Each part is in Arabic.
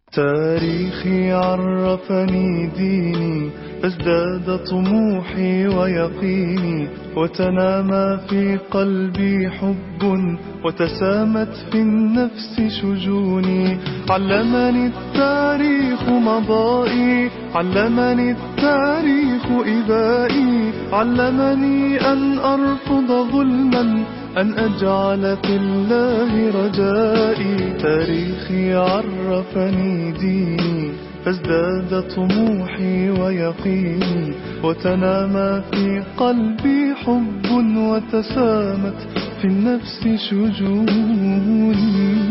تاريخي عرفني ديني فازداد طموحي ويقيني، وتنامى في قلبي حب وتسامت في النفس شجوني. علمني التاريخ مضائي، علمني التاريخ إبائي، علمني أن أرفض ظلما، أن أجعل في الله رجائي. تاريخي عرفني ديني فازداد طموحي ويقيني، وتنامى في قلبي حب وتسامت في النفس شجوني.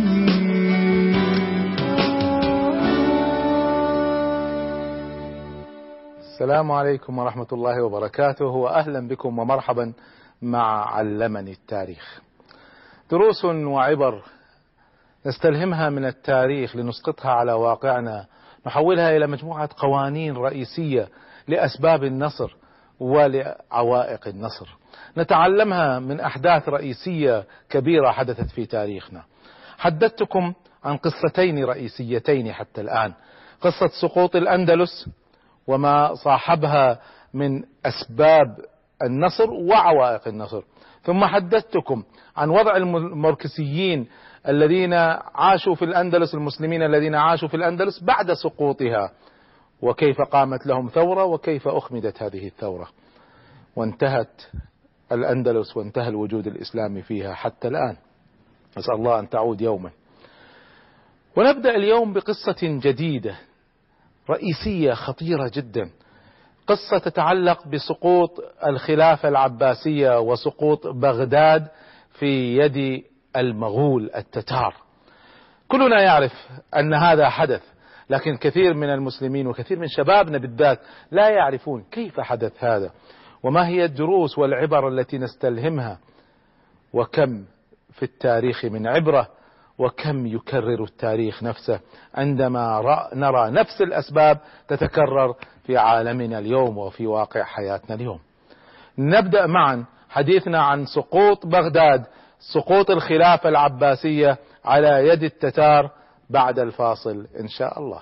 السلام عليكم ورحمة الله وبركاته، وأهلا بكم ومرحبا مع علمني التاريخ. دروس وعبر نستلهمها من التاريخ لنسقطها على واقعنا، نحولها إلى مجموعة قوانين رئيسية لأسباب النصر ولعوائق النصر. نتعلمها من أحداث رئيسية كبيرة حدثت في تاريخنا. حدثتكم عن قصتين رئيسيتين حتى الآن: قصة سقوط الأندلس وما صاحبها من أسباب النصر وعوائق النصر، ثم حدثتكم عن وضع المركزيين الذين عاشوا في الأندلس، المسلمين الذين عاشوا في الأندلس بعد سقوطها، وكيف قامت لهم ثورة وكيف أخمدت هذه الثورة، وانتهت الأندلس وانتهى الوجود الإسلامي فيها حتى الآن. نسأل الله أن تعود يوما. ونبدأ اليوم بقصة جديدة رئيسية خطيرة جدا، قصة تتعلق بسقوط الخلافة العباسية وسقوط بغداد في يد المغول التتار. كلنا يعرف أن هذا حدث، لكن كثير من المسلمين وكثير من شبابنا بالذات لا يعرفون كيف حدث هذا، وما هي الدروس والعبر التي نستلهمها، وكم في التاريخ من عبرة، وكم يكرر التاريخ نفسه عندما نرى نفس الأسباب تتكرر في عالمنا اليوم وفي واقع حياتنا اليوم. نبدأ معا حديثنا عن سقوط بغداد، سقوط الخلافة العباسية على يد التتار، بعد الفاصل إن شاء الله.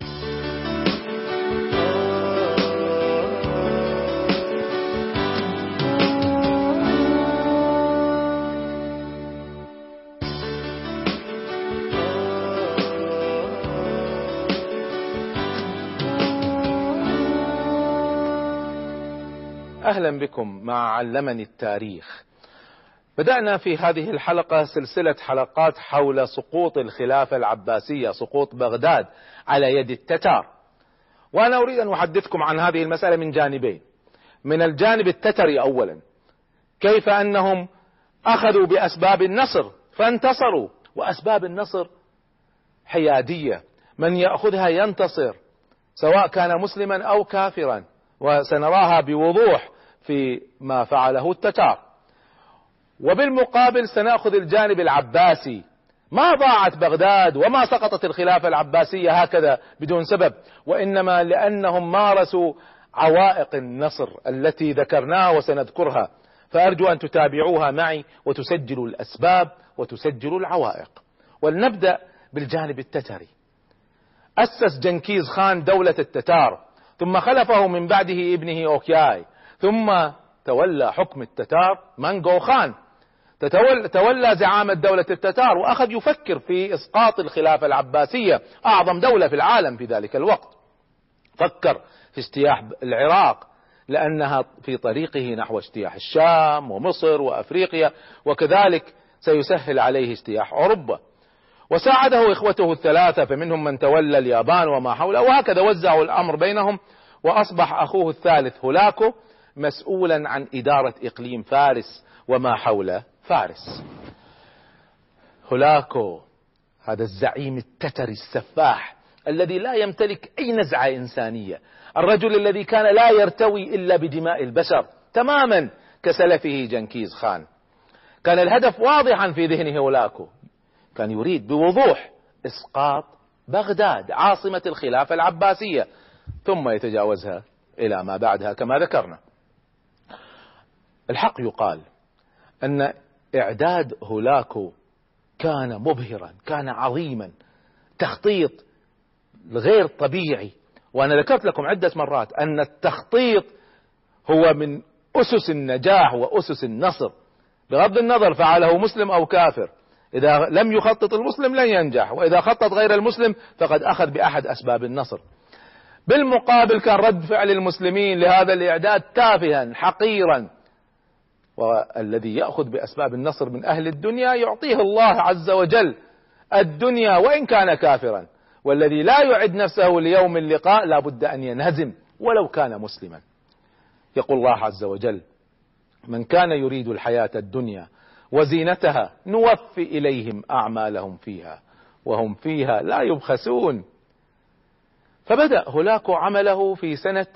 أهلا بكم مع علمني التاريخ. بدأنا في هذه الحلقة سلسلة حلقات حول سقوط الخلافة العباسية، سقوط بغداد على يد التتار، وأنا أريد أن أحدثكم عن هذه المسألة من جانبين: من الجانب التتري أولا، كيف أنهم أخذوا بأسباب النصر فانتصروا، وأسباب النصر حيادية، من يأخذها ينتصر سواء كان مسلما أو كافرا، وسنراها بوضوح في ما فعله التتار. وبالمقابل سنأخذ الجانب العباسي، ما ضاعت بغداد وما سقطت الخلافة العباسية هكذا بدون سبب، وإنما لأنهم مارسوا عوائق النصر التي ذكرناها وسنذكرها، فأرجو أن تتابعوها معي وتسجلوا الأسباب وتسجلوا العوائق. ولنبدأ بالجانب التتري. أسس جنكيز خان دولة التتار، ثم خلفه من بعده ابنه أوكياي، ثم تولى حكم التتار منغو خان، تولى زعامة دولة التتار، وأخذ يفكر في إسقاط الخلافة العباسية، أعظم دولة في العالم في ذلك الوقت. فكر في اجتياح العراق لأنها في طريقه نحو اجتياح الشام ومصر وأفريقيا، وكذلك سيسهل عليه اجتياح أوروبا. وساعده إخوته الثلاثة، فمنهم من تولى اليابان وما حوله، وهكذا وزعوا الأمر بينهم، وأصبح أخوه الثالث هولاكو مسؤولا عن إدارة إقليم فارس وما حول فارس. هولاكو هذا الزعيم التتري السفاح الذي لا يمتلك أي نزعة إنسانية، الرجل الذي كان لا يرتوي إلا بدماء البشر تماما كسلفه جنكيز خان. كان الهدف واضحا في ذهن هولاكو، كان يريد بوضوح إسقاط بغداد عاصمة الخلافة العباسية، ثم يتجاوزها إلى ما بعدها كما ذكرنا. الحق يقال أن إعداد هولاكو كان مبهرا، كان عظيما، تخطيط الغير طبيعي. وأنا ذكرت لكم عدة مرات أن التخطيط هو من أسس النجاح وأسس النصر، بغض النظر فعله مسلم أو كافر. إذا لم يخطط المسلم لن ينجح، وإذا خطط غير المسلم فقد أخذ بأحد أسباب النصر. بالمقابل كان رد فعل المسلمين لهذا الإعداد تافها حقيرا، والذي يأخذ بأسباب النصر من أهل الدنيا يعطيه الله عز وجل الدنيا وإن كان كافرا، والذي لا يعد نفسه ليوم اللقاء لا بد أن ينهزم ولو كان مسلما. يقول الله عز وجل: من كان يريد الحياة الدنيا وزينتها نوفي إليهم أعمالهم فيها وهم فيها لا يبخسون. فبدأ هولاكو عمله في سنة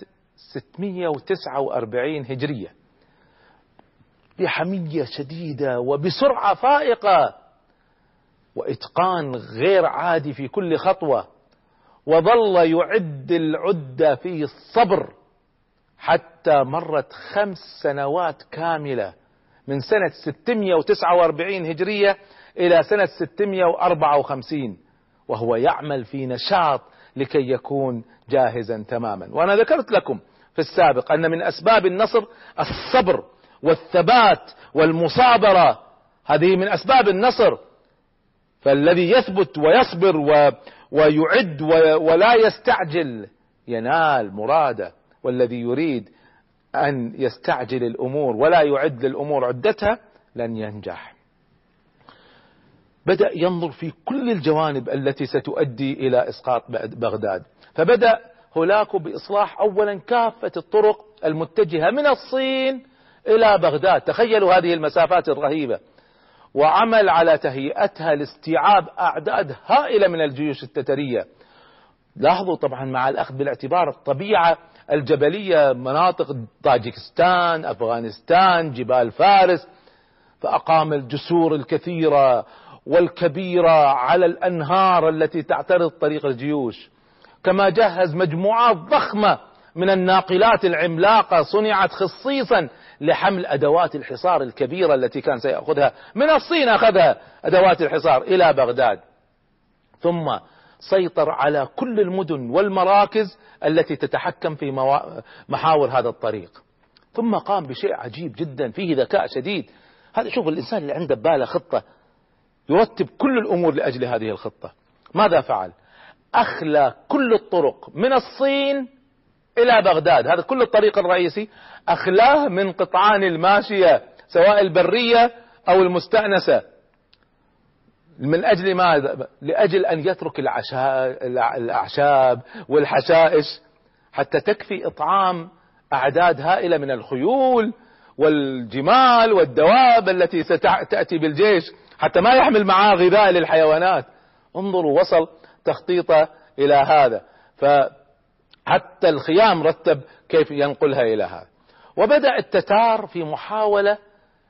649 هجرية بحمية شديدة وبسرعة فائقة وإتقان غير عادي في كل خطوة، وظل يعد العدة في الصبر حتى مرت 5 سنوات كاملة، من سنة 649 هجرية إلى سنة 654، وهو يعمل في نشاط لكي يكون جاهزا تماما. وأنا ذكرت لكم في السابق أن من أسباب النصر الصبر والثبات والمصابرة، هذه من أسباب النصر. فالذي يثبت ويصبر ويعد ولا يستعجل ينال مراده، والذي يريد أن يستعجل الأمور ولا يعد للأمور عدتها لن ينجح. بدأ ينظر في كل الجوانب التي ستؤدي إلى إسقاط بغداد. فبدأ هولاكو بإصلاح أولا كافة الطرق المتجهة من الصين إلى بغداد، تخيلوا هذه المسافات الرهيبة، وعمل على تهيئتها لاستيعاب أعداد هائلة من الجيوش التترية. لاحظوا طبعا مع الأخذ بالاعتبار الطبيعة الجبلية، مناطق طاجكستان، أفغانستان، جبال فارس، فأقام الجسور الكثيرة والكبيرة على الأنهار التي تعترض طريق الجيوش، كما جهز مجموعات ضخمة من الناقلات العملاقة صنعت خصيصا لحمل أدوات الحصار الكبيرة التي كان سيأخذها من الصين، أخذها أدوات الحصار إلى بغداد. ثم سيطر على كل المدن والمراكز التي تتحكم في محاور هذا الطريق. ثم قام بشيء عجيب جدا فيه ذكاء شديد. هذا شوف الإنسان اللي عنده باله خطة يرتب كل الأمور لأجل هذه الخطة. ماذا فعل؟ أخلى كل الطرق من الصين إلى بغداد، هذا كل الطريق الرئيسي أخلاه من قطعان الماشية سواء البرية أو المستأنسة. من أجل ماذا؟ لأجل أن يترك الأعشاب والحشائش حتى تكفي إطعام أعداد هائلة من الخيول والجمال والدواب التي ستأتي بالجيش، حتى ما يحمل معاه غذاء للحيوانات. انظروا وصل تخطيطه إلى هذا، فحتى الخيام رتب كيف ينقلها إلى هذا. وبدأ التتار في محاولة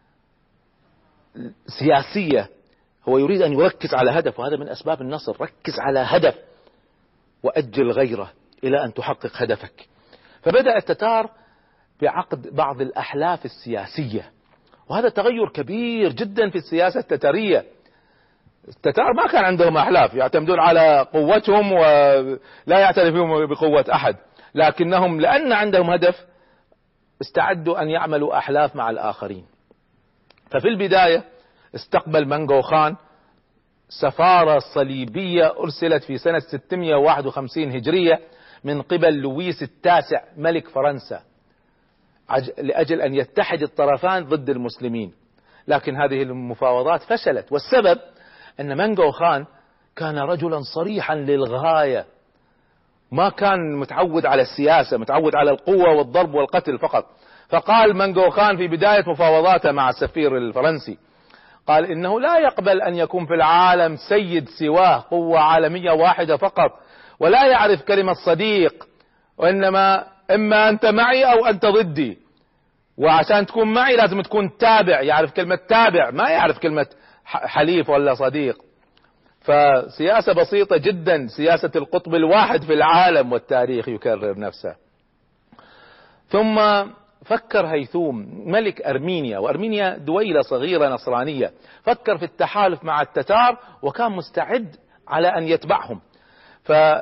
سياسية، هو يريد أن يركز على هدف، وهذا من أسباب النصر، ركز على هدف وأجل غيره إلى أن تحقق هدفك. فبدأ التتار بعقد بعض الأحلاف السياسية، وهذا تغير كبير جدا في السياسة التتارية. التتار ما كان عندهم أحلاف، يعتمدون على قوتهم ولا يعترفون بقوة أحد، لكنهم لأن عندهم هدف استعدوا أن يعملوا أحلاف مع الآخرين. ففي البداية استقبل منغو خان سفارة صليبية أرسلت في سنة 651 هجرية من قبل لويس التاسع ملك فرنسا لأجل أن يتحد الطرفان ضد المسلمين، لكن هذه المفاوضات فشلت. والسبب أن منغو خان كان رجلا صريحا للغاية، ما كان متعود على السياسة، متعود على القوة والضرب والقتل فقط. فقال منغو خان في بداية مفاوضاته مع السفير الفرنسي، قال إنه لا يقبل أن يكون في العالم سيد سواه قوة عالمية واحدة فقط، ولا يعرف كلمة صديق، وإنما إما أنت معي أو أنت ضدي، وعشان تكون معي لازم تكون تابع، يعرف كلمة تابع، ما يعرف كلمة حليف ولا صديق. فسياسة بسيطة جدا، سياسة القطب الواحد في العالم، والتاريخ يكرر نفسه. ثم فكر هيثوم ملك أرمينيا، وأرمينيا دويلة صغيرة نصرانية، فكر في التحالف مع التتار وكان مستعد على أن يتبعهم.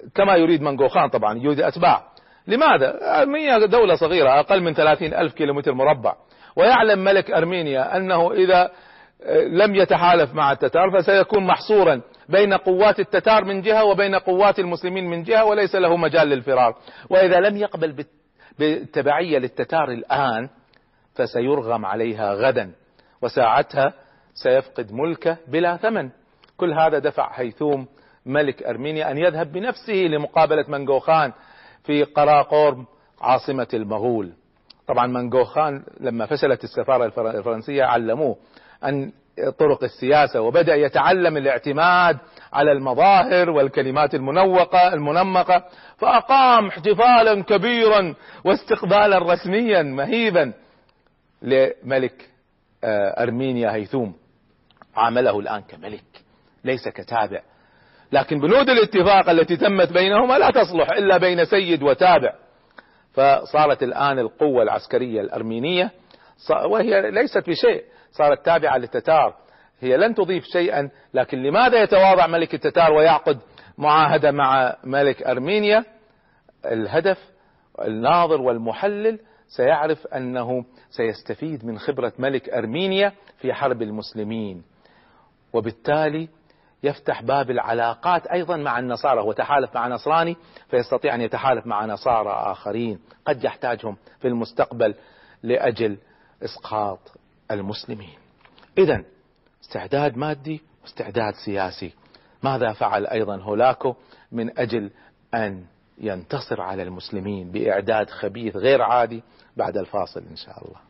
كما يريد منغو خان، طبعا يريد أتباع. لماذا؟ أرمينيا دولة صغيرة أقل من 30,000 كيلومتر مربع، ويعلم ملك أرمينيا أنه إذا لم يتحالف مع التتار فسيكون محصورا بين قوات التتار من جهة وبين قوات المسلمين من جهة، وليس له مجال للفرار. وإذا لم يقبل بالتبعية للتتار الآن فسيرغم عليها غدا، وساعتها سيفقد ملكه بلا ثمن. كل هذا دفع هيثوم ملك أرمينيا أن يذهب بنفسه لمقابلة منغو خان في قراقورم عاصمة المغول. طبعا منغو خان لما فشلت السفارة الفرنسية علموه أن طرق السياسة، وبدأ يتعلم الاعتماد على المظاهر والكلمات المنمقة، فأقام احتفالا كبيرا واستقبالا رسميا مهيبا لملك أرمينيا هيثوم. عامله الآن كملك ليس كتابع، لكن بنود الاتفاق التي تمت بينهما لا تصلح إلا بين سيد وتابع. فصارت الآن القوة العسكرية الأرمينية، وهي ليست بشيء، صارت تابعة للتتار، هي لن تضيف شيئا. لكن لماذا يتواضع ملك التتار ويعقد معاهدة مع ملك أرمينيا؟ الهدف الناظر والمحلل سيعرف أنه سيستفيد من خبرة ملك أرمينيا في حرب المسلمين، وبالتالي يفتح باب العلاقات أيضا مع النصارى. وتحالف مع نصراني فيستطيع أن يتحالف مع نصارى آخرين قد يحتاجهم في المستقبل لأجل إسقاط المسلمين. إذن استعداد مادي واستعداد سياسي. ماذا فعل أيضا هولاكو من أجل أن ينتصر على المسلمين بإعداد خبيث غير عادي؟ بعد الفاصل إن شاء الله.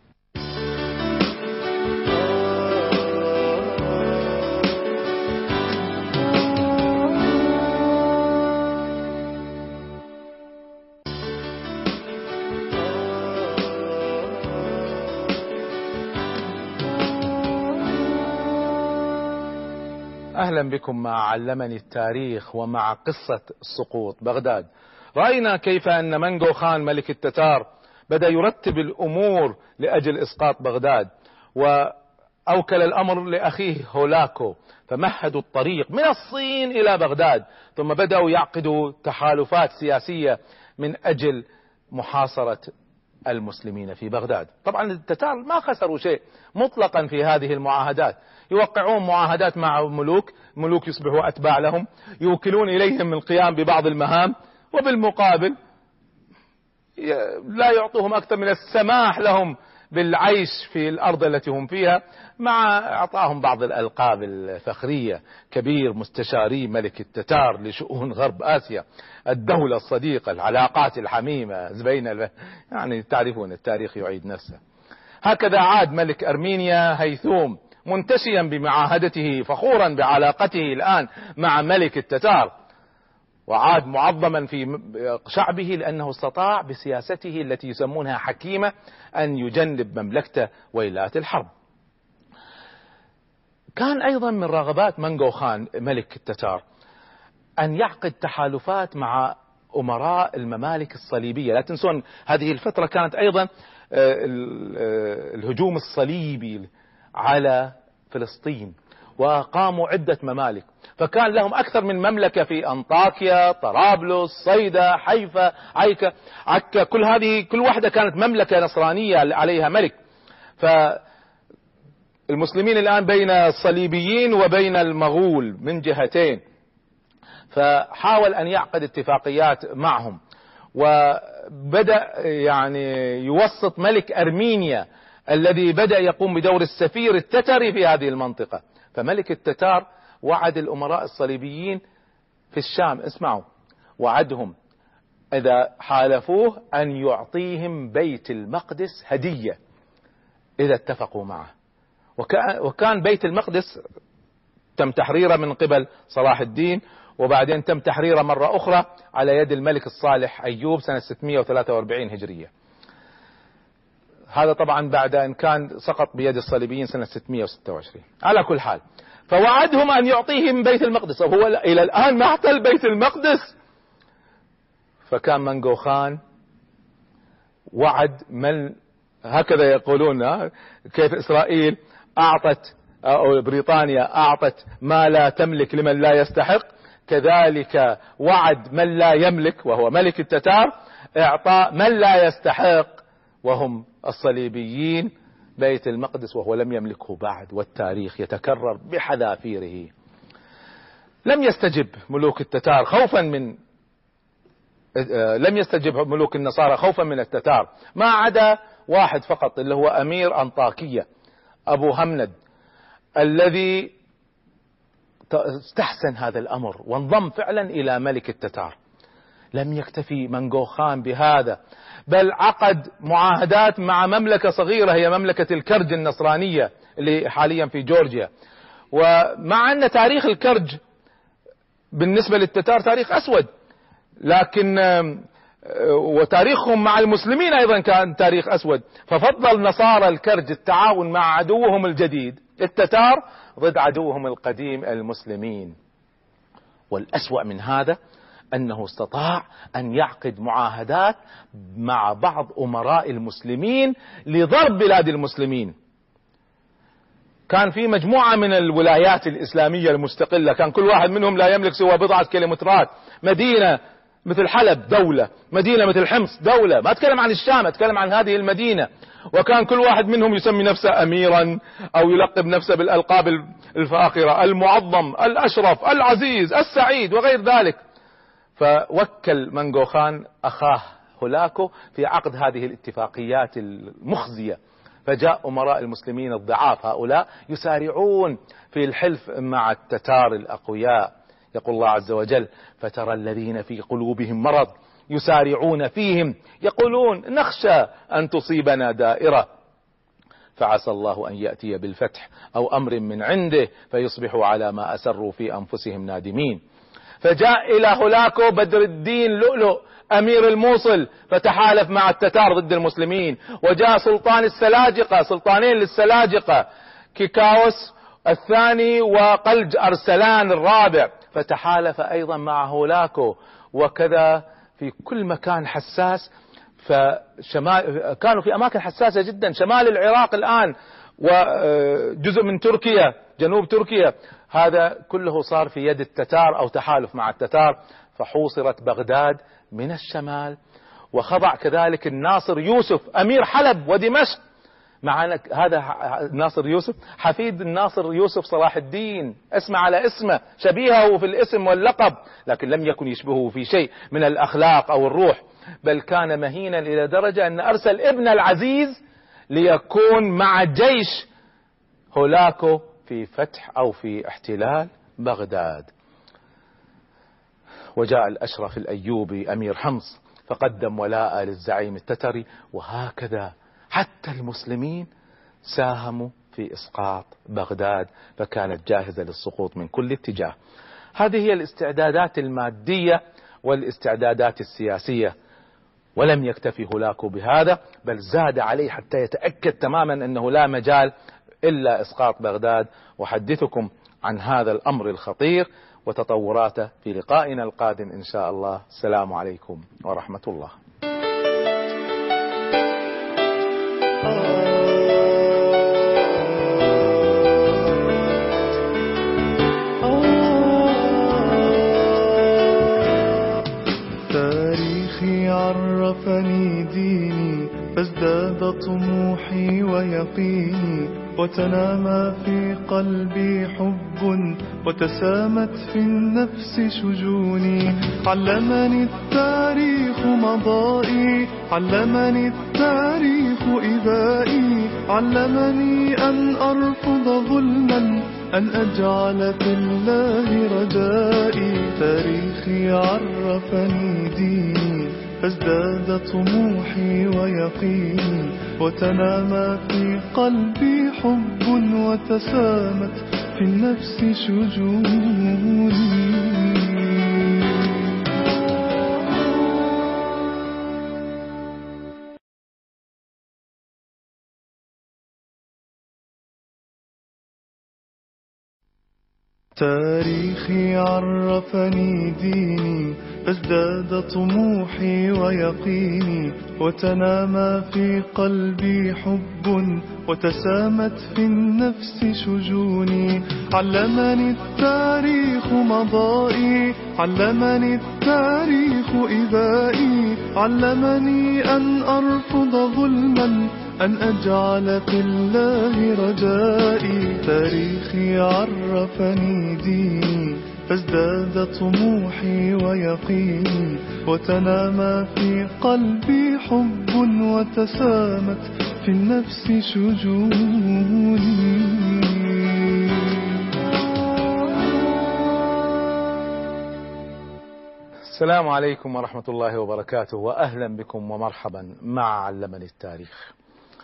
أهلا بكم مع علمني التاريخ ومع قصة سقوط بغداد. رأينا كيف أن منغو خان ملك التتار بدأ يرتب الأمور لأجل إسقاط بغداد، وأوكل الأمر لأخيه هولاكو، فمهدوا الطريق من الصين إلى بغداد، ثم بدأوا يعقدوا تحالفات سياسية من أجل محاصرة المسلمين في بغداد. طبعا التتار ما خسروا شيء مطلقا في هذه المعاهدات، يوقعون معاهدات مع ملوك يصبحوا أتباع لهم، يوكلون إليهم القيام ببعض المهام، وبالمقابل لا يعطوهم أكثر من السماح لهم بالعيش في الأرض التي هم فيها، مع إعطاهم بعض الألقاب الفخرية: كبير مستشاري ملك التتار لشؤون غرب آسيا، الدولة الصديقة، العلاقات الحميمة بين يعني تعرفون التاريخ يعيد نفسه. هكذا عاد ملك أرمينيا هيثوم منتشيا بمعاهدته، فخورا بعلاقته الآن مع ملك التتار، وعاد معظما في شعبه لأنه استطاع بسياسته التي يسمونها حكيمة أن يجنب مملكته ويلات الحرب. كان أيضا من رغبات منغو خان ملك التتار أن يعقد تحالفات مع أمراء الممالك الصليبية. لا تنسون هذه الفترة كانت أيضا الهجوم الصليبي على فلسطين، وقاموا عدة ممالك، فكان لهم أكثر من مملكة في أنطاكيا، طرابلس، صيدا، حيفا، عكا، كل واحدة كانت مملكة نصرانية عليها ملك. فالمسلمين الآن بين الصليبيين وبين المغول من جهتين، فحاول أن يعقد اتفاقيات معهم، وبدأ يعني يوسط ملك أرمينيا الذي بدأ يقوم بدور السفير التتري في هذه المنطقة. فملك التتار وعد الأمراء الصليبيين في الشام، اسمعوا، وعدهم إذا حالفوه أن يعطيهم بيت المقدس هدية إذا اتفقوا معه. وكان بيت المقدس تم تحريره من قبل صلاح الدين، وبعدين تم تحريره مرة أخرى على يد الملك الصالح أيوب سنة 643 هجرية. هذا طبعا بعد أن كان سقط بيد الصليبيين سنة 626. على كل حال، فوعدهم أن يعطيهم بيت المقدس، وهو إلى الآن ما احتل بيت المقدس. فكان منغو خان وعد من هكذا يقولون، كيف إسرائيل أعطت أو بريطانيا أعطت ما لا تملك لمن لا يستحق، كذلك وعد من لا يملك وهو ملك التتار إعطاء من لا يستحق وهم الصليبيين بيت المقدس وهو لم يملكه بعد، والتاريخ يتكرر بحذافيره. لم يستجب ملوك التتار خوفا من لم يستجب ملوك النصارى خوفا من التتار، ما عدا واحد فقط اللي هو أمير أنطاكية أبو همند، الذي استحسن هذا الأمر وانضم فعلا إلى ملك التتار. لم يكتفي منغو خان بهذا، بل عقد معاهدات مع مملكة صغيرة هي مملكة الكرج النصرانية اللي حاليا في جورجيا. ومع أن تاريخ الكرج بالنسبة للتتار تاريخ أسود، لكن وتاريخهم مع المسلمين أيضا كان تاريخ أسود، ففضل نصارى الكرج التعاون مع عدوهم الجديد التتار ضد عدوهم القديم المسلمين. والأسوأ من هذا أنه استطاع أن يعقد معاهدات مع بعض أمراء المسلمين لضرب بلاد المسلمين. كان في مجموعة من الولايات الإسلامية المستقلة، كان كل واحد منهم لا يملك سوى بضعة كيلومترات، مدينة مثل حلب دولة، مدينة مثل حمص دولة، ما أتكلم عن الشام، أتكلم عن هذه المدينة. وكان كل واحد منهم يسمي نفسه أميرا أو يلقب نفسه بالألقاب الفاخرة، المعظم، الأشرف، العزيز، السعيد وغير ذلك. فوكل منغو خان أخاه هولاكو في عقد هذه الاتفاقيات المخزية، فجاء أمراء المسلمين الضعاف هؤلاء يسارعون في الحلف مع التتار الأقوياء. يقول الله عز وجل: فترى الذين في قلوبهم مرض يسارعون فيهم يقولون نخشى أن تصيبنا دائرة فعسى الله أن يأتي بالفتح أو أمر من عنده فيصبحوا على ما أسروا في أنفسهم نادمين. فجاء إلى هولاكو بدر الدين لؤلؤ أمير الموصل فتحالف مع التتار ضد المسلمين، وجاء سلطان السلاجقة، سلطانين للسلاجقة، كيكاوس الثاني وقلج أرسلان الرابع، فتحالف أيضا مع هولاكو. وكذا في كل مكان حساس، فشمال كانوا في أماكن حساسة جدا، شمال العراق الآن وجزء من تركيا، جنوب تركيا، هذا كله صار في يد التتار أو تحالف مع التتار. فحوصرت بغداد من الشمال، وخضع كذلك الناصر يوسف أمير حلب ودمشق. مع هذا ناصر يوسف حفيد الناصر يوسف صلاح الدين، اسم على اسمه، شبيهه في الاسم واللقب، لكن لم يكن يشبهه في شيء من الأخلاق أو الروح، بل كان مهينا إلى درجة أن أرسل ابن العزيز ليكون مع جيش هولاكو في فتح أو في احتلال بغداد. وجاء الأشرف الأيوبي أمير حمص فقدم ولاء للزعيم التتري، وهكذا حتى المسلمين ساهموا في إسقاط بغداد، فكانت جاهزة للسقوط من كل اتجاه. هذه هي الاستعدادات المادية والاستعدادات السياسية. ولم يكتفي هولاكو بهذا، بل زاد عليه حتى يتأكد تماما أنه لا مجال إلا إسقاط بغداد. وحدثكم عن هذا الأمر الخطير وتطوراته في لقائنا القادم إن شاء الله. السلام عليكم ورحمة الله. تاريخي عرفني ديني فازداد طموحي ويقيني، وتنامى في قلبي حب وتسامت في النفس شجوني. علمني التاريخ مضائي، علمني التاريخ إبائي، علمني أن أرفض ظلما، أن أجعل في الله رجائي. تاريخي عرفني ديني فازداد طموحي ويقيني، وتنامى في قلبي حب وتسامت في النفس شجوني. تاريخي عرفني ديني فازداد طموحي ويقيني، وتنامى في قلبي حب وتسامت في النفس شجوني. علمني التاريخ مضائي، علمني التاريخ إبائي، علمني أن أرفض ظلما، أن أجعل في الله رجائي. تاريخي عرفني ديني فازداد طموحي ويقيني، وتنامى في قلبي حب وتسامت في النفس شجوني. السلام عليكم ورحمة الله وبركاته، وأهلا بكم ومرحبا مع علمني التاريخ،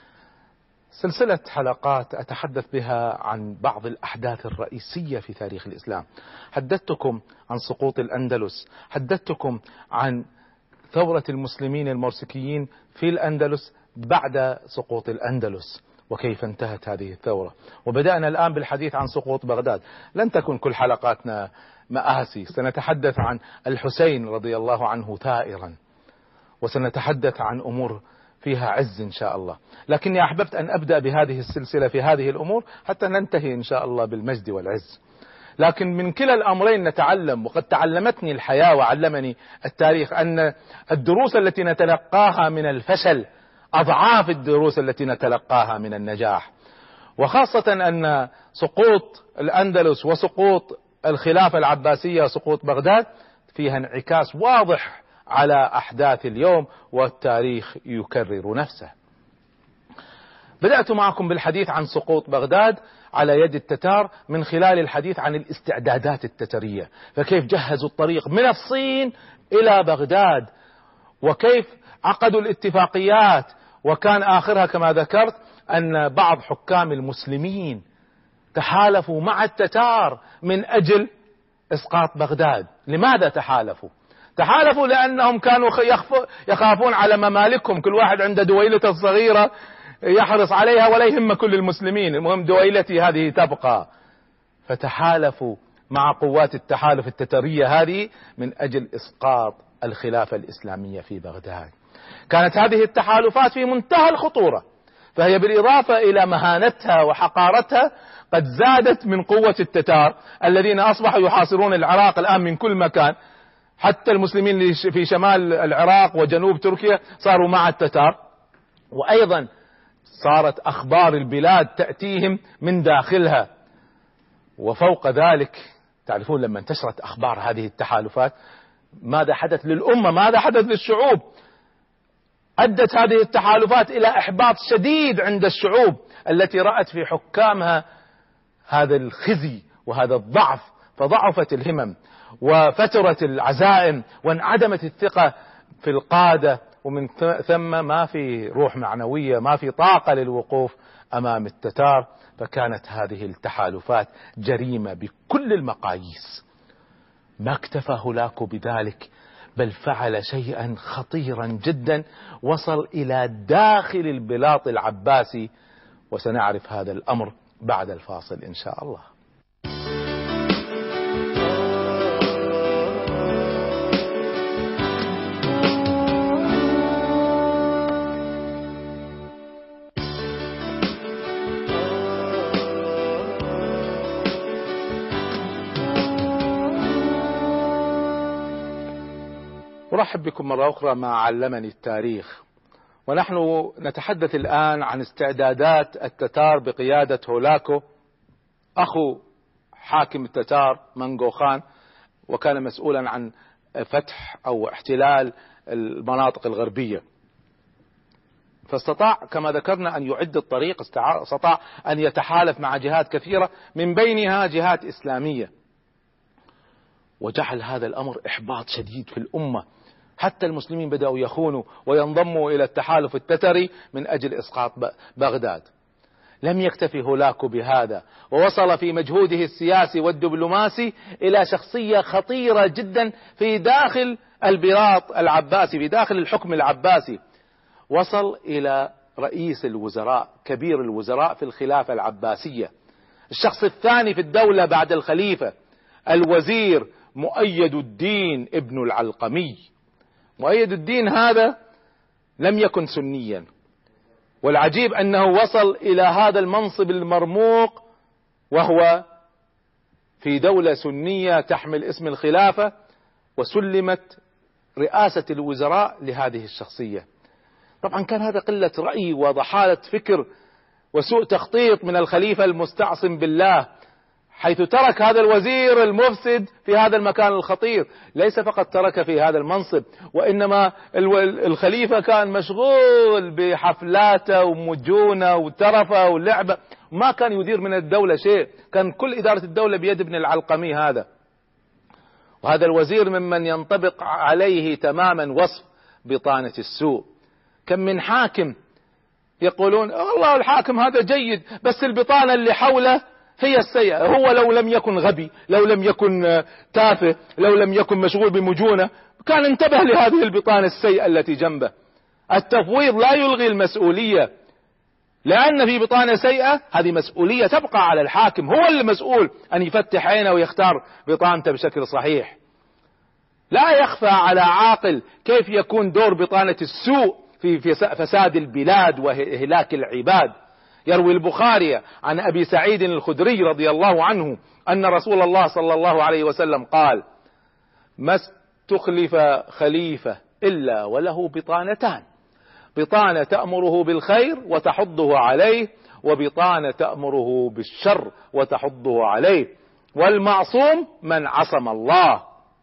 سلسلة حلقات أتحدث بها عن بعض الأحداث الرئيسية في تاريخ الإسلام. حدثتكم عن سقوط الأندلس، حدثتكم عن ثورة المسلمين المرسكيين في الأندلس بعد سقوط الأندلس وكيف انتهت هذه الثورة، وبدأنا الآن بالحديث عن سقوط بغداد. لن تكن كل حلقاتنا مآسي، سنتحدث عن الحسين رضي الله عنه ثائرا، وسنتحدث عن أمور فيها عز إن شاء الله. لكني أحببت أن أبدأ بهذه السلسلة في هذه الأمور حتى ننتهي إن شاء الله بالمجد والعز. لكن من كلا الأمرين نتعلم، وقد تعلمتني الحياة وعلمني التاريخ أن الدروس التي نتلقاها من الفشل أضعاف الدروس التي نتلقاها من النجاح، وخاصة أن سقوط الأندلس وسقوط الخلافة العباسية وسقوط بغداد فيها انعكاس واضح على أحداث اليوم، والتاريخ يكرر نفسه. بدأت معكم بالحديث عن سقوط بغداد على يد التتار من خلال الحديث عن الاستعدادات التترية، فكيف جهزوا الطريق من الصين إلى بغداد، وكيف عقدوا الاتفاقيات، وكان آخرها كما ذكرت أن بعض حكام المسلمين تحالفوا مع التتار من أجل إسقاط بغداد. لماذا تحالفوا؟ تحالفوا لأنهم كانوا يخافون على ممالكهم، كل واحد عنده دويلته الصغيرة يحرص عليها ولا يهم كل المسلمين، المهم دويلتي هذه تبقى. فتحالفوا مع قوات التحالف التترية هذه من أجل إسقاط الخلافة الإسلامية في بغداد. كانت هذه التحالفات في منتهى الخطورة، فهي بالإضافة إلى مهانتها وحقارتها قد زادت من قوة التتار الذين أصبحوا يحاصرون العراق الآن من كل مكان. حتى المسلمين في شمال العراق وجنوب تركيا صاروا مع التتار، وأيضا صارت أخبار البلاد تأتيهم من داخلها. وفوق ذلك تعرفون لما انتشرت أخبار هذه التحالفات ماذا حدث للأمة، ماذا حدث للشعوب؟ أدت هذه التحالفات إلى إحباط شديد عند الشعوب التي رأت في حكامها هذا الخزي وهذا الضعف، فضعفت الهمم وفترت العزائم وانعدمت الثقة في القادة، ومن ثم ما في روح معنوية، ما في طاقة للوقوف أمام التتار. فكانت هذه التحالفات جريمة بكل المقاييس. ما اكتفى هولاكو بذلك، بل فعل شيئا خطيرا جدا وصل إلى داخل البلاط العباسي، وسنعرف هذا الأمر بعد الفاصل إن شاء الله. أرحب بكم مرة أخرى مع علمني التاريخ، ونحن نتحدث الآن عن استعدادات التتار بقيادة هولاكو أخو حاكم التتار منغو خان، وكان مسؤولا عن فتح أو احتلال المناطق الغربية. فاستطاع كما ذكرنا أن يعد الطريق، استطاع أن يتحالف مع جهات كثيرة من بينها جهات إسلامية، وجعل هذا الأمر إحباط شديد في الأمة، حتى المسلمين بدأوا يخونوا وينضموا إلى التحالف التتري من أجل إسقاط بغداد. لم يكتفي هولاكو بهذا، ووصل في مجهوده السياسي والدبلوماسي إلى شخصية خطيرة جدا في داخل البلاط العباسي، في داخل الحكم العباسي. وصل إلى رئيس الوزراء، كبير الوزراء في الخلافة العباسية، الشخص الثاني في الدولة بعد الخليفة، الوزير مؤيد الدين ابن العلقمي. مؤيد الدين هذا لم يكن سنيا، والعجيب أنه وصل إلى هذا المنصب المرموق وهو في دولة سنية تحمل اسم الخلافة، وسلمت رئاسة الوزراء لهذه الشخصية. طبعا كان هذا قلة رأي وضحالة فكر وسوء تخطيط من الخليفة المستعصم بالله، حيث ترك هذا الوزير المفسد في هذا المكان الخطير. ليس فقط ترك في هذا المنصب، وإنما الخليفة كان مشغول بحفلاته ومجونه وترفه ولعبه، ما كان يدير من الدولة شيء، كان كل إدارة الدولة بيد ابن العلقمي هذا. وهذا الوزير ممن ينطبق عليه تماما وصف بطانة السوء. كم من حاكم يقولون والله الحاكم هذا جيد، بس البطانة اللي حوله هي السيئة. هو لو لم يكن غبي، لو لم يكن تافه، لو لم يكن مشغول بمجونة، كان انتبه لهذه البطانة السيئة التي جنبه. التفويض لا يلغي المسؤولية، لأن في بطانة سيئة هذه مسؤولية تبقى على الحاكم، هو المسؤول أن يفتح عينه ويختار بطانته بشكل صحيح. لا يخفى على عاقل كيف يكون دور بطانة السوء في فساد البلاد وإهلاك العباد. يروي البخاري عن أبي سعيد الخدري رضي الله عنه أن رسول الله صلى الله عليه وسلم قال: ما استخلف خليفة إلا وله بطانتان، بطانة تأمره بالخير وتحضه عليه، وبطانة تأمره بالشر وتحضه عليه، والمعصوم من عصم الله.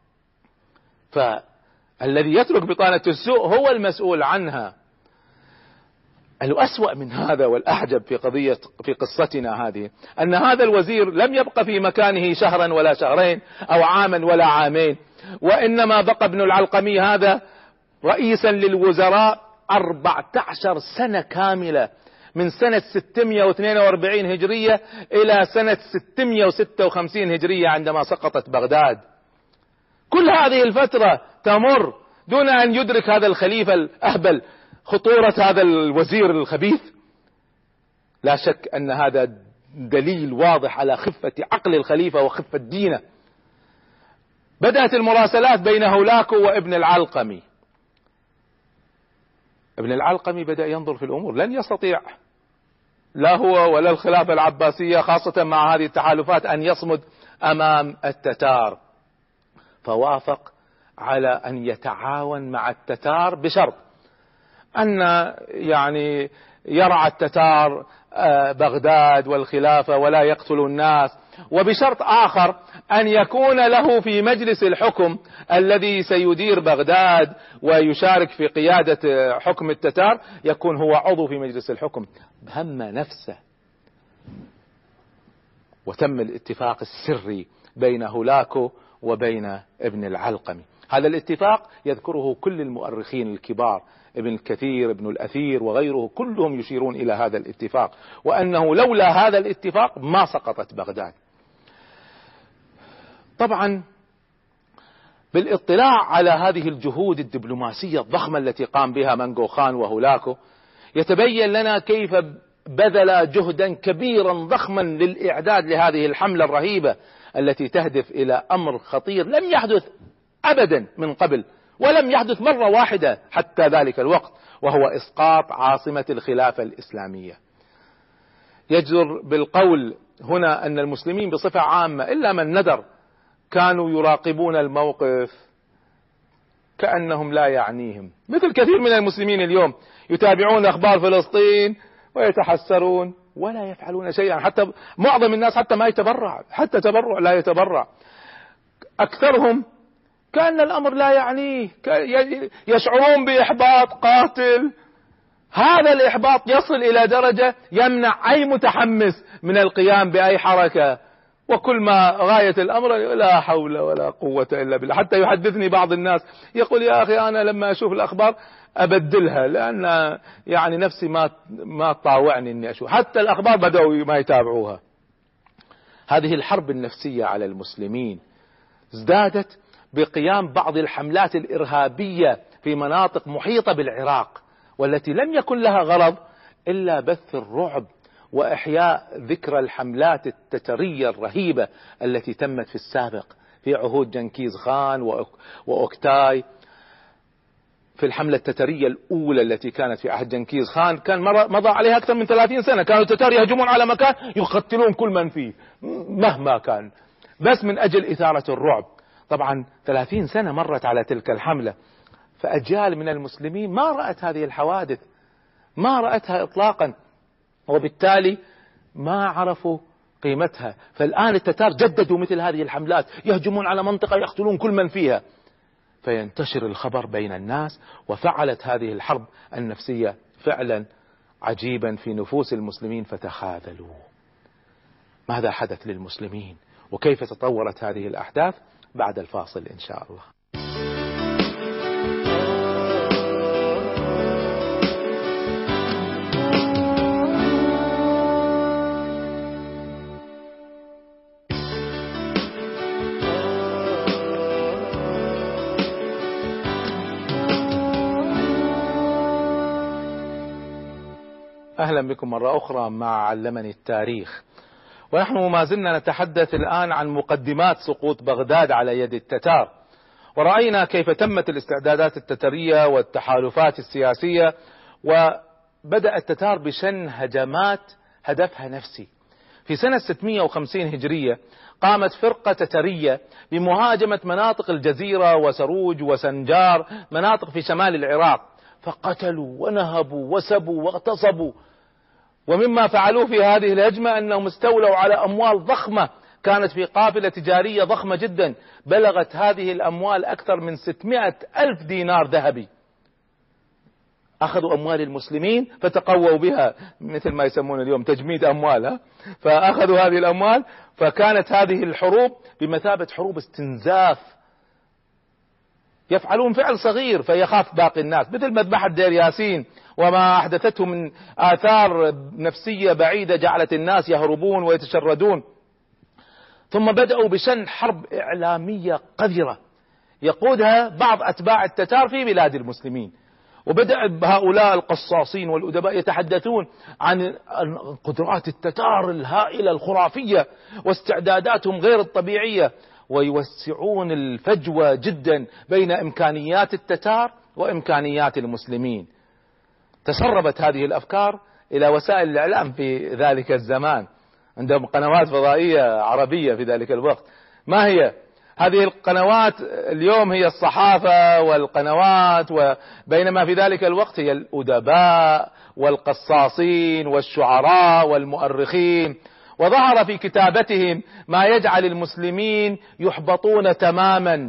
فالذي يترك بطانة السوء هو المسؤول عنها. الأسوأ من هذا والأعجب في قصتنا هذه أن هذا الوزير لم يبقى في مكانه شهرا ولا شهرين أو عاما ولا عامين، وإنما بقى ابن العلقمي هذا رئيسا للوزراء 14 سنة كاملة، من سنة 642 هجرية إلى سنة 656 هجرية عندما سقطت بغداد. كل هذه الفترة تمر دون أن يدرك هذا الخليفة الأهبل خطورة هذا الوزير الخبيث. لا شك أن هذا دليل واضح على خفة عقل الخليفة وخفة دينه. بدأت المراسلات بين هولاكو وابن العلقمي. ابن العلقمي بدأ ينظر في الأمور، لن يستطيع لا هو ولا الخلافة العباسية خاصة مع هذه التحالفات أن يصمد أمام التتار، فوافق على أن يتعاون مع التتار بشرط أن يعني يرعى التتار بغداد والخلافة ولا يقتلوا الناس، وبشرط آخر أن يكون له في مجلس الحكم الذي سيدير بغداد ويشارك في قيادة حكم التتار، يكون هو عضو في مجلس الحكم. هم نفسه. وتم الاتفاق السري بين هولاكو وبين ابن العلقمي. هذا الاتفاق يذكره كل المؤرخين الكبار، ابن كثير، ابن الأثير وغيره، كلهم يشيرون إلى هذا الاتفاق، وأنه لولا هذا الاتفاق ما سقطت بغداد. طبعا بالاطلاع على هذه الجهود الدبلوماسية الضخمة التي قام بها منغو خان وهولاكو، يتبين لنا كيف بذل جهدا كبيرا ضخما للإعداد لهذه الحملة الرهيبة التي تهدف إلى أمر خطير لم يحدث أبدا من قبل، ولم يحدث مرة واحدة حتى ذلك الوقت، وهو إسقاط عاصمة الخلافة الإسلامية. يجدر بالقول هنا أن المسلمين بصفة عامة إلا من ندر كانوا يراقبون الموقف كأنهم لا يعنيهم، مثل كثير من المسلمين اليوم يتابعون أخبار فلسطين ويتحسرون ولا يفعلون شيئا. حتى معظم الناس حتى ما يتبرع، حتى تبرع لا يتبرع. أكثرهم كأن الأمر لا يعنيه، يشعرون بإحباط قاتل. هذا الإحباط يصل إلى درجة يمنع أي متحمس من القيام بأي حركة، وكل ما غاية الأمر لا حول ولا قوة إلا بالله. حتى يحدثني بعض الناس يقول: يا أخي أنا لما أشوف الأخبار أبدلها، لأن يعني نفسي ما طاوعني إني أشوف، حتى الأخبار بدأوا ما يتابعوها. هذه الحرب النفسية على المسلمين ازدادت بقيام بعض الحملات الإرهابية في مناطق محيطة بالعراق، والتي لم يكن لها غرض إلا بث الرعب وإحياء ذكرى الحملات التترية الرهيبة التي تمت في السابق في عهود جنكيز خان وأوكتاي. في الحملة التترية الأولى التي كانت في عهد جنكيز خان كان مضى عليها أكثر من 30 سنة، كانوا التتار يهجمون على مكان يقتلون كل من فيه مهما كان، بس من أجل إثارة الرعب. طبعا 30 سنة مرت على تلك الحملة، فأجيال من المسلمين ما رأت هذه الحوادث، ما رأتها إطلاقا، وبالتالي ما عرفوا قيمتها. فالآن التتار جددوا مثل هذه الحملات، يهجمون على منطقة يقتلون كل من فيها، فينتشر الخبر بين الناس، وفعلت هذه الحرب النفسية فعلا عجيبا في نفوس المسلمين فتخاذلوا. ماذا حدث للمسلمين وكيف تطورت هذه الأحداث؟ بعد الفاصل إن شاء الله. أهلا بكم مرة أخرى مع علمني التاريخ، ونحن ما زلنا نتحدث الآن عن مقدمات سقوط بغداد على يد التتار، ورأينا كيف تمت الاستعدادات التترية والتحالفات السياسية، وبدأ التتار بشن هجمات هدفها نفسي. في سنة 650 هجرية قامت فرقة تترية بمهاجمة مناطق الجزيرة وسروج وسنجار، مناطق في شمال العراق، فقتلوا ونهبوا وسبوا واغتصبوا. ومما فعلوه في هذه الهجمة أنهم استولوا على أموال ضخمة كانت في قافلة تجارية ضخمة جدا، بلغت هذه الأموال أكثر من 600,000 دينار ذهبي. أخذوا أموال المسلمين فتقووا بها، مثل ما يسمون اليوم تجميد أموال، فأخذوا هذه الأموال، فكانت هذه الحروب بمثابة حروب استنزاف، يفعلون فعل صغير فيخاف باقي الناس، مثل مذبحة دير ياسين وما أحدثته من آثار نفسية بعيدة جعلت الناس يهربون ويتشردون. ثم بدأوا بشن حرب إعلامية قذرة يقودها بعض أتباع التتار في بلاد المسلمين، وبدأ هؤلاء القصاصين والأدباء يتحدثون عن قدرات التتار الهائلة الخرافية واستعداداتهم غير الطبيعية، ويوسعون الفجوة جدا بين إمكانيات التتار وإمكانيات المسلمين. تسربت هذه الأفكار إلى وسائل الإعلام في ذلك الزمان، عندهم قنوات فضائية عربية في ذلك الوقت. ما هي هذه القنوات اليوم؟ هي الصحافة والقنوات، وبينما في ذلك الوقت هي الأدباء والقصاصين والشعراء والمؤرخين. وظهر في كتابتهم ما يجعل المسلمين يحبطون تماما.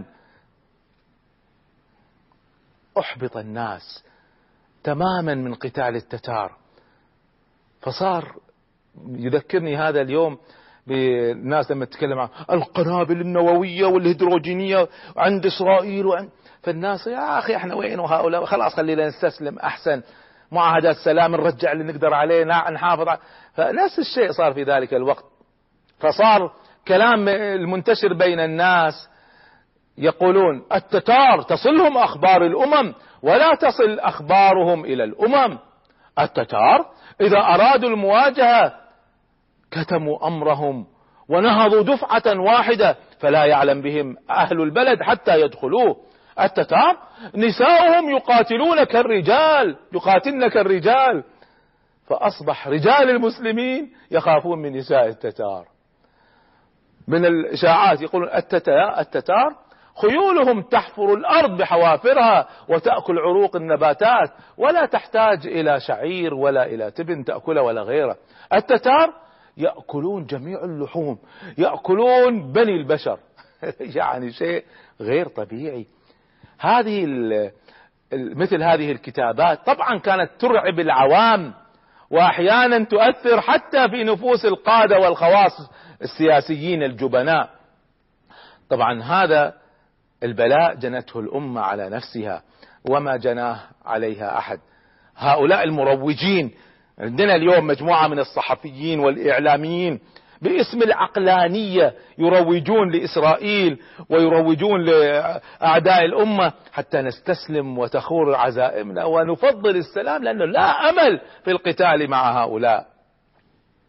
أحبط الناس تماما من قتال التتار، فصار يذكرني هذا اليوم بالناس لما تتكلم عن القنابل النووية والهيدروجينية عند إسرائيل فالناس يا أخي احنا وين وهؤلاء، خلاص خلينا نستسلم أحسن، معاهدات السلام نرجع اللي نقدر عليه نحافظ فنفس الشيء صار في ذلك الوقت. فصار كلام المنتشر بين الناس يقولون التتار تصلهم أخبار الأمم ولا تصل أخبارهم إلى الأمم. التتار إذا أرادوا المواجهة كتموا أمرهم ونهضوا دفعة واحدة فلا يعلم بهم أهل البلد حتى يدخلوه. التتار نساؤهم يقاتلون كالرجال، يقاتلن كالرجال، فأصبح رجال المسلمين يخافون من نساء التتار. من الإشاعات يقولون التتار خيولهم تحفر الأرض بحوافرها وتأكل عروق النباتات ولا تحتاج إلى شعير ولا إلى تبن تأكله ولا غيره. التتار يأكلون جميع اللحوم، يأكلون بني البشر يعني شيء غير طبيعي. هذه مثل هذه الكتابات طبعا كانت ترعب العوام، وأحيانا تؤثر حتى في نفوس القادة والخواص السياسيين الجبناء. طبعا هذا البلاء جنته الأمة على نفسها وما جناه عليها أحد. هؤلاء المروجين، عندنا اليوم مجموعة من الصحفيين والإعلاميين باسم العقلانية يروجون لإسرائيل ويروجون لأعداء الأمة حتى نستسلم وتخور عزائمنا ونفضل السلام، لأنه لا أمل في القتال مع هؤلاء.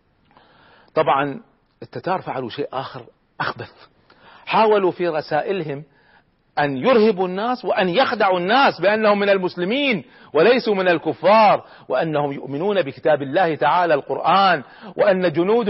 طبعا التتار فعلوا شيء آخر أخبث، حاولوا في رسائلهم أن يرهبوا الناس وأن يخدعوا الناس بأنهم من المسلمين وليسوا من الكفار، وأنهم يؤمنون بكتاب الله تعالى القرآن، وأن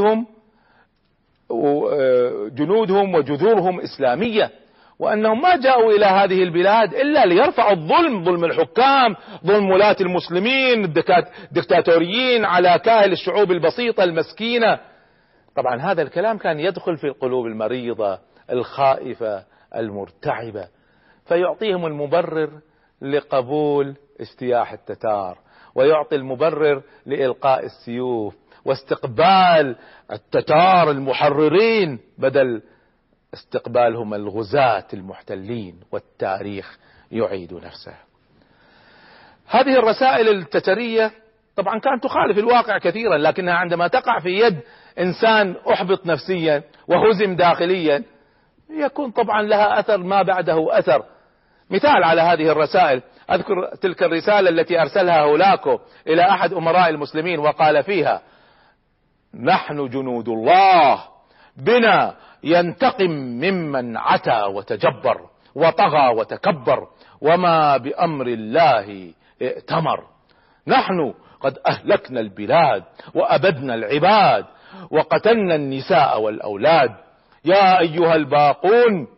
جنودهم وجذورهم إسلامية، وأنهم ما جاءوا إلى هذه البلاد إلا ليرفعوا الظلم، ظلم الحكام، ظلم ولاة المسلمين الدكتاتوريين على كاهل الشعوب البسيطة المسكينة. طبعا هذا الكلام كان يدخل في القلوب المريضة الخائفة المرتعبة، فيعطيهم المبرر لقبول اجتياح التتار، ويعطي المبرر لإلقاء السيوف واستقبال التتار المحررين بدل استقبالهم الغزاة المحتلين، والتاريخ يعيد نفسه. هذه الرسائل التترية طبعا كانت تخالف الواقع كثيرا، لكنها عندما تقع في يد إنسان أحبط نفسيا وهزم داخليا يكون طبعا لها أثر ما بعده أثر. مثال على هذه الرسائل، أذكر تلك الرسالة التي أرسلها هولاكو إلى أحد أمراء المسلمين وقال فيها: نحن جنود الله، بنا ينتقم ممن عتى وتجبر وطغى وتكبر وما بأمر الله ائتمر. نحن قد أهلكنا البلاد وأبدنا العباد وقتلنا النساء والأولاد. يا أيها الباقون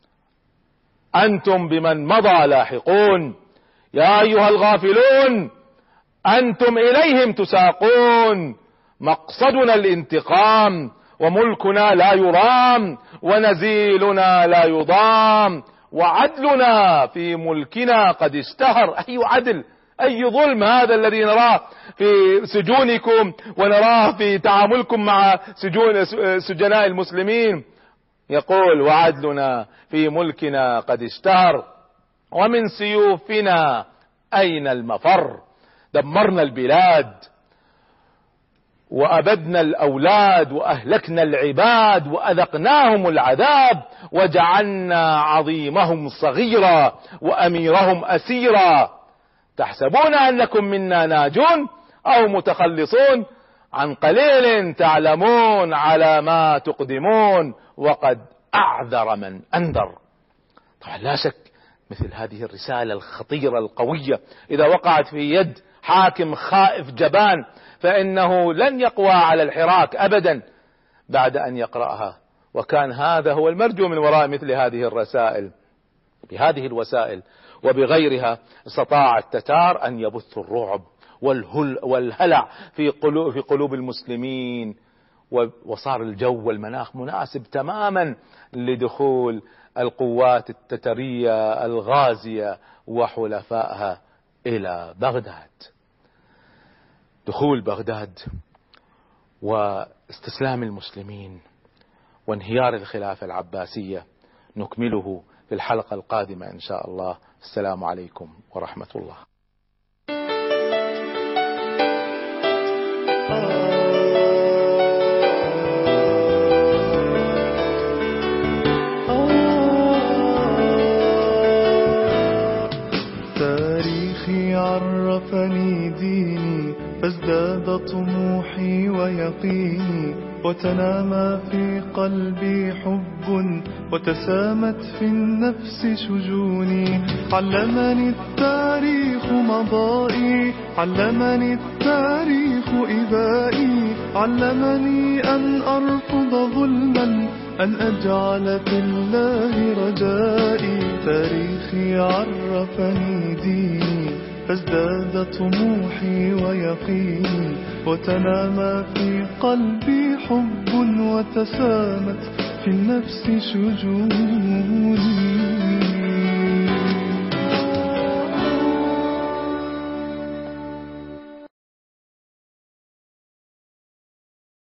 أنتم بمن مضى لاحقون، يا أيها الغافلون أنتم إليهم تساقون. مقصدنا الانتقام وملكنا لا يرام ونزيلنا لا يضام، وعدلنا في ملكنا قد اشتهر. أي عدل، أي ظلم هذا الذي نراه في سجونكم ونراه في تعاملكم مع سجناء المسلمين. يقول: وعدلنا في ملكنا قد اشتهر ومن سيوفنا أين المفر. دمرنا البلاد وأبدنا الأولاد وأهلكنا العباد وأذقناهم العذاب وجعلنا عظيمهم صغيرا وأميرهم أسيرا. تحسبون أنكم منا ناجون أو متخلصون، عن قليل تعلمون على ما تقدمون وقد أعذر من أنذر. طبعا لا شك مثل هذه الرسالة الخطيرة القوية إذا وقعت في يد حاكم خائف جبان فإنه لن يقوى على الحراك أبدا بعد أن يقرأها. وكان هذا هو المرجو من وراء مثل هذه الرسائل. بهذه الوسائل وبغيرها استطاع التتار أن يبثوا الرعب والهلع في قلوب المسلمين، وصار الجو والمناخ مناسب تماما لدخول القوات التترية الغازية وحلفائها إلى بغداد. دخول بغداد واستسلام المسلمين وانهيار الخلافة العباسية نكمله في الحلقة القادمة إن شاء الله. السلام عليكم ورحمة الله. تاريخي عرفني ديني فازداد طموحي ويقيني، وتنامى في قلبي حب وتسامت في النفس شجوني. علمني التاريخ مضائي، علمني التاريخ إبائي، علمني أن أرفض ظلما، أن أجعل في الله رجائي. تاريخي عرفني ديني فازداد طموحي ويقيني، وتنامى في قلبي حب وتسامت في النفس شجون.